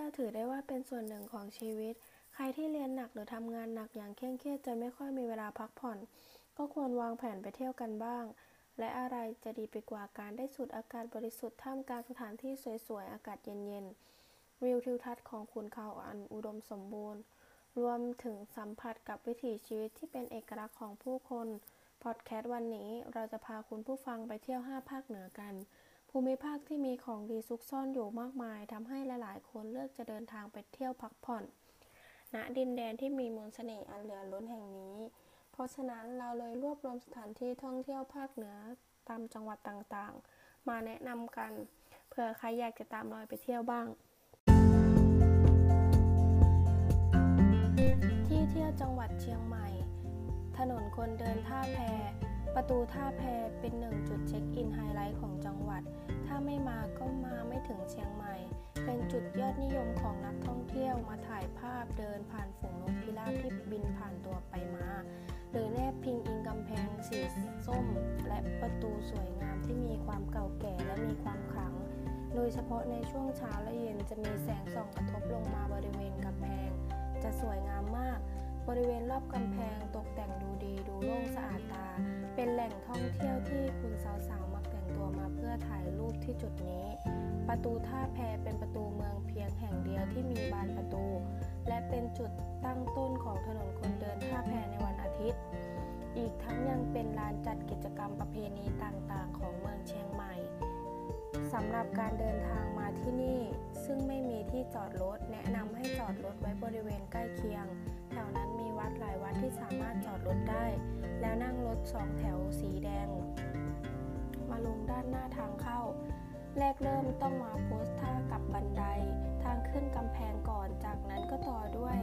ยวถือได้ว่าเป็นส่วนหนึ่งของชีวิตใครที่เรียนหนักหรือทำงานหนักอย่างเคร่งเครียดจนไม่ค่อยมีเวลาพักผ่อนก็ควรวางแผนไปเที่ยวกันบ้างและอะไรจะดีไปกว่าการได้สูดอากาศบริสุทธิ์ท่ามกลางสถานที่สวยๆอากาศเย็นๆวิวทิวทัศน์ของขุนเขาอันอุดมสมบูรณ์รวมถึงสัมผัสกับวิถีชีวิตที่เป็นเอกลักษณ์ของผู้คนพอดแคสต์วันนี้เราจะพาคุณผู้ฟังไปเที่ยว5ภาคเหนือกันภูมิภาคที่มีของดีซุกซ่อนอยู่มากมายทำให้หลายๆคนเลือกจะเดินทางไปเที่ยวพักผ่อนณดินแดนที่มีมนต์เสน่ห์อันเหลือล้นแห่งนี้เพราะฉะนั้นเราเลยรวบรวมสถานที่ท่องเที่ยวภาคเหนือตามจังหวัดต่างๆมาแนะนำกันเผื่อใครอยากจะตามรอยไปเที่ยวบ้างที่เที่ยวจังหวัดเชียงใหม่ถนนคนเดินท่าแพประตูท่าแพเป็นหนึ่งจุดเช็คอินไฮไลท์ของจังหวัดถ้าไม่มาก็มาไม่ถึงเชียงใหม่เป็นจุดยอดนิยมของนักท่องเที่ยวมาถ่ายภาพเดินผ่านฝูงนกพิราบที่บินผ่านตัวไปมาหรือแนบพิงอิงกำแพงสีส้มและประตูสวยงามที่มีความเก่าแก่และมีความขลังโดยเฉพาะในช่วงเช้าและเย็นจะมีแสงส่องกระทบลงมาบริเวณกำแพงจะสวยงามมากบริเวณรอบกำแพงตกแต่งดูดีดูโล่งสะอาดตาเป็นแหล่งท่องเที่ยวที่คุณสาวๆมักแต่งตัวมาเพื่อถ่ายรูปที่จุดนี้ประตูท่าแพเป็นประตูเมืองเพียงแห่งเดียวที่มีบานประตูและเป็นจุดตั้งต้นของถนนคนเดินท่าแพในวันอาทิตย์อีกทั้งยังเป็นลานจัดกิจกรรมประเพณีต่างๆของเมืองเชียงใหม่สำหรับการเดินทางมาที่นี่ซึ่งไม่มีที่จอดรถแนะนำให้จอดรถไว้บริเวณใกล้เคียงแถวนั้นมีวัดหลายวัดที่สามารถจอดรถได้แล้วนั่งรถ2แถวสีแดงมาลงด้านหน้าทางเข้าแรกเริ่มต้องมาโพสท่ากับบันไดทางขึ้นกำแพงก่อนจากนั้นก็ต่อด้วย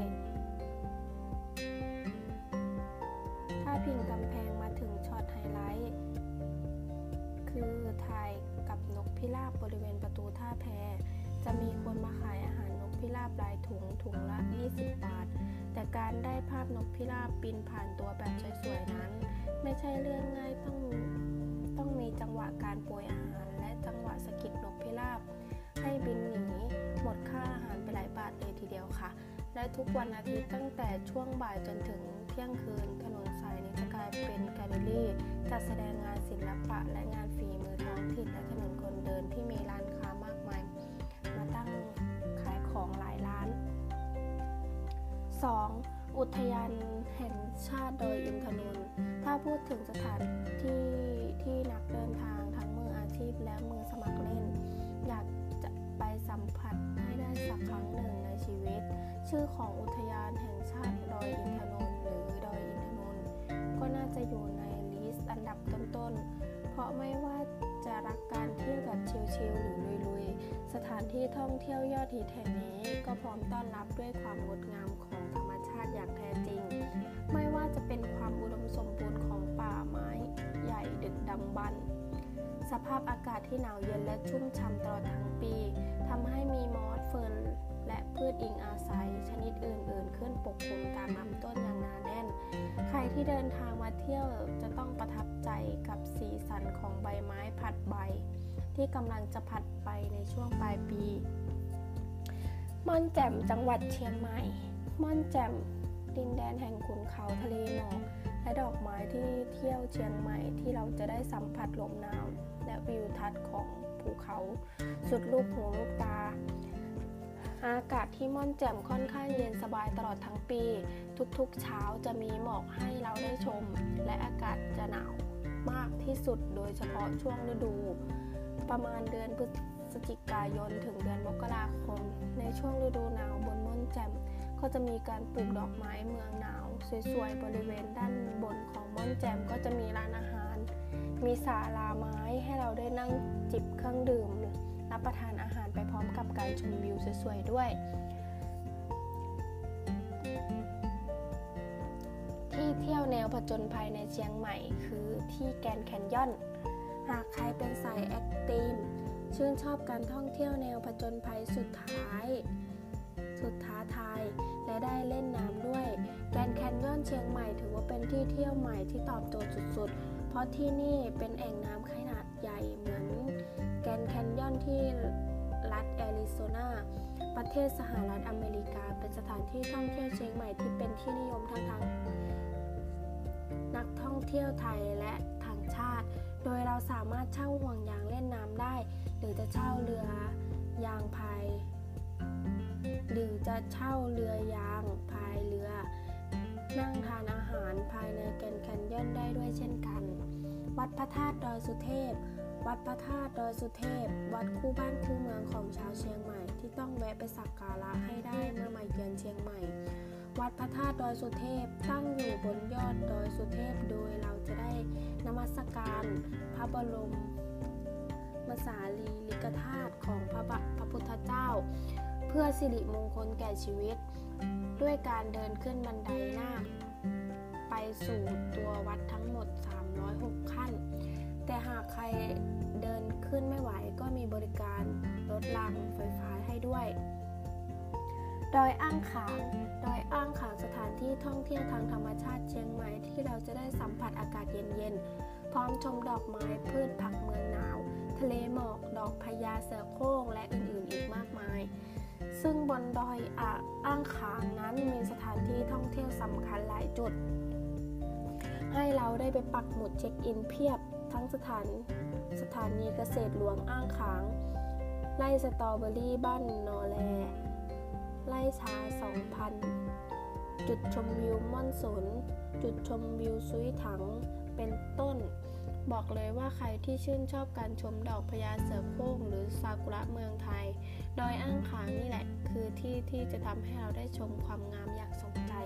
ถ้าพิงกำแพงมาถึงช็อตไฮไลท์คือถ่ายกับนกพิราบบริเวณประตูท่าแพจะมีคนมาขายอาหารนกพิราบรายถุงละ20 บาทแต่การได้ภาพนกพิราบบินผ่านตัวแบบสวยๆนั้นไม่ใช่เรื่องง่ายต้องมีจังหวะการโปรยอาหารและจังหวะสะกิดนกพิราบให้บินหนีหมดค่าอาหารไปหลายบาทเลยทีเดียวค่ะและทุกวันอาทิตย์ตั้งแต่ช่วงบ่ายจนถึงเที่ยงคืนถนนสายนี้จะกลายเป็นแกลเลอรี่จัดแสดงงานศิลปะและงานฝีมือท้องถิ่นและถนนคนเดินที่มีร้านค้ามากมายมาตั้งขายของหลายร้าน 2. อุทยานแห่งชาติดอยอินทนนท์ถ้าพูดถึงสถานที่ที่นักเดินทางทั้งมืออาชีพและมือสมัครเล่นอยากจะไปสัมผัสให้ได้สักครั้งหนึ่งในชีวิตชื่อของอุทยานแห่งชาติดอยอินทนนท์หรือดอยอินทนนท์ก็น่าจะอยู่ในลิสต์อันดับต้นๆเพราะไม่ว่าจะรักการเที่ยวแบบชิลๆหรือลุยๆสถานที่ท่องเที่ยวยอดฮิตแห่งนี้ก็พร้อมต้อนรับด้วยความงดงามของธรรมชาติอย่างแท้จริงไม่ว่าจะเป็นความอุดมสมบูรณ์ของป่าไม้ใหญ่ดึกดำบรรพ์สภาพอากาศที่หนาวเย็นและชุ่มฉ่ำตลอดทั้งปีทำให้มีมอสเฟิร์นและพืชอิงอาศัยชนิดอื่นๆขึ้นปกคลุมตามลำต้นอย่างหนาแน่นใครที่เดินทางมาเที่ยวจะต้องประทับใจกับสีสันของใบไม้ผลัดใบที่กำลังจะผลัดไปในช่วงปลายปีม่อนแจ่มจังหวัดเชียงใหม่ม่อนแจ่มดินแดนแห่งขุนเขาทะเลหมอกและดอกไม้ที่เที่ยวเชียงใหม่ที่เราจะได้สัมผัสลมหนาวและวิวทัศน์ของภูเขาสุดลูกหูลูกตาอากาศที่ม่อนแจ่มค่อนข้างเย็นสบายตลอดทั้งปีทุกๆเช้าจะมีหมอกให้เราได้ชมและอากาศจะหนาวมากที่สุดโดยเฉพาะช่วงฤดูประมาณเดือนพฤศจิกายนถึงเดือนมกราคมในช่วงฤดูหนาวบนม่อนแจ่มก็จะมีการปลูกดอกไม้เมืองหนาวสวยๆบริเวณด้านบนของม่อนแจ่มก็จะมีร้านอาหารมีศาลาไม้ให้เราได้นั่งจิบเครื่องดื่มรับประทานอาหารไปพร้อมกับการชมวิวสวยๆด้วยที่เที่ยวแนวผจญภัยในเชียงใหม่คือที่แกรนด์แคนยอนหากใครเป็นสายแอคทีฟชื่นชอบการท่องเที่ยวแนวผจญภัยสุดท้าทายและได้เล่นน้ำด้วยแกรนด์แคนยอนเชียงใหม่ถือว่าเป็นที่เที่ยวใหม่ที่ตอบโจทย์สุดๆเพราะที่นี่เป็นแอ่งน้ำขนาดใหญ่เหมือนแกรนด์แคนยอนที่รัฐแอริโซนาประเทศสหรัฐอเมริกาเป็นสถานที่ท่องเที่ยวเชียงใหม่ที่เป็นที่นิยมทั้งนักท่องเที่ยวไทยและต่างชาติโดยเราสามารถเช่าห่วงยางเล่นน้ำได้หรือจะเช่าเรือยางพายเรือนั่งทานอาหารภายในแกรนด์แคนยอนได้ด้วยเช่นกันวัดพระธาตุดอยสุเทพวัดพระธาตุดอยสุเทพวัดคู่บ้านคู่เมืองของชาวเชียงใหม่ที่ต้องแวะไปสักการะให้ได้เมื่อมาเยือนเชียงใหม่วัดพระธาตุดอยสุเทพตั้งอยู่บนยอดดอยสุเทพโดยเราจะได้นมัสการพระบรมสารีริกธาตุของพระพุทธเจ้าเพื่อสิริมงคลแก่ชีวิตด้วยการเดินขึ้นบันไดนาคไปสู่ตัววัดทั้งหมด306ขั้นแต่หากใครเดินขึ้นไม่ไหวก็มีบริการรถรางไฟฟ้าให้ด้วยดอยอ่างขางสถานที่ท่องเที่ยวทางธรรมชาติเชียงใหม่ที่เราจะได้สัมผัสอากาศเย็นๆพร้อมชมดอกไม้พืชผักเมืองหนาวทะเลหมอกดอกพญาเสือโคร่งและอื่นๆอีกมากมายซึ่งบนดอยอ่างขางนั้นมีสถานที่ท่องเที่ยวสำคัญหลายจุดให้เราได้ไปปักหมุดเช็คอินเพียบทั้งสถานีเกษตรหลวงอ่างขางไร่สตรอเบอรี่บ้านนอแลไร่ชา 2,000 จุดชมวิวม่อนสนจุดชมวิวซุยถังเป็นต้นบอกเลยว่าใครที่ชื่นชอบการชมดอกพญาเสือโคร่งหรือซากุระเมืองไทยดอยอ่างขางนี่แหละคือที่จะทำให้เราได้ชมความงามอย่างสมใจ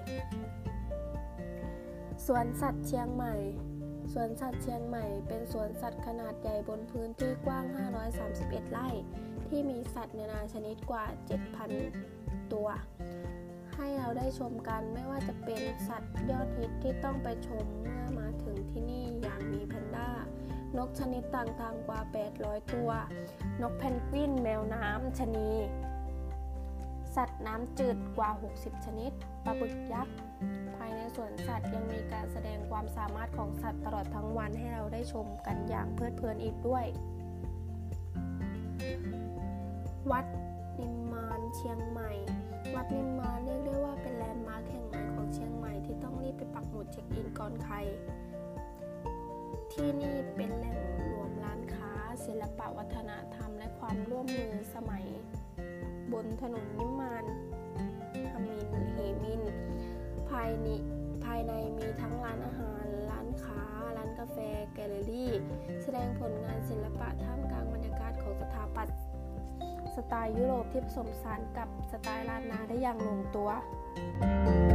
สวนสัตว์เชียงใหม่เป็นสวนสัตว์ขนาดใหญ่บนพื้นที่กว้าง531ไร่ที่มีสัตว์นานาชนิดกว่า 7,000 ตัวให้เราได้ชมกันไม่ว่าจะเป็นสัตว์ยอดฮิตที่ต้องไปชมเมื่อมาถึงที่นี่อย่างมีแพนด้านกชนิดต่างๆกว่า800ตัวนกเพนกวินแมวน้ำชะนีสัตว์น้ำจืดกว่า60ชนิดปลาบึกยักษ์ภายในสวนสัตว์ยังมีการแสดงความสามารถของสัตว์ตลอดทั้งวันให้เราได้ชมกันอย่างเพลิดเพลินอีกด้วยวัดนิมมานเชียงใหม่วัดนิมมานเรียกได้ว่าเป็นแลนด์มาร์คแห่งใหม่ของเชียงใหม่ที่ต้องรีบไปปักหมุดเช็คอินก่อนใครที่นี่เป็นแหล่งรวมร้านค้าศิลปะวัฒนธรรมและความร่วมมือสมัยบนถนนนิมมานเหมินภายในมีทั้งร้านอาหารร้านค้าร้านกาแฟแกลเลอรี่แสดงผลงานศิลปะท่ามกลางบรรยากาศของสถาปัตย์สไตล์ยุโรปที่ผสมผสานกับสไตล์ล้านนาได้อย่างลงตัว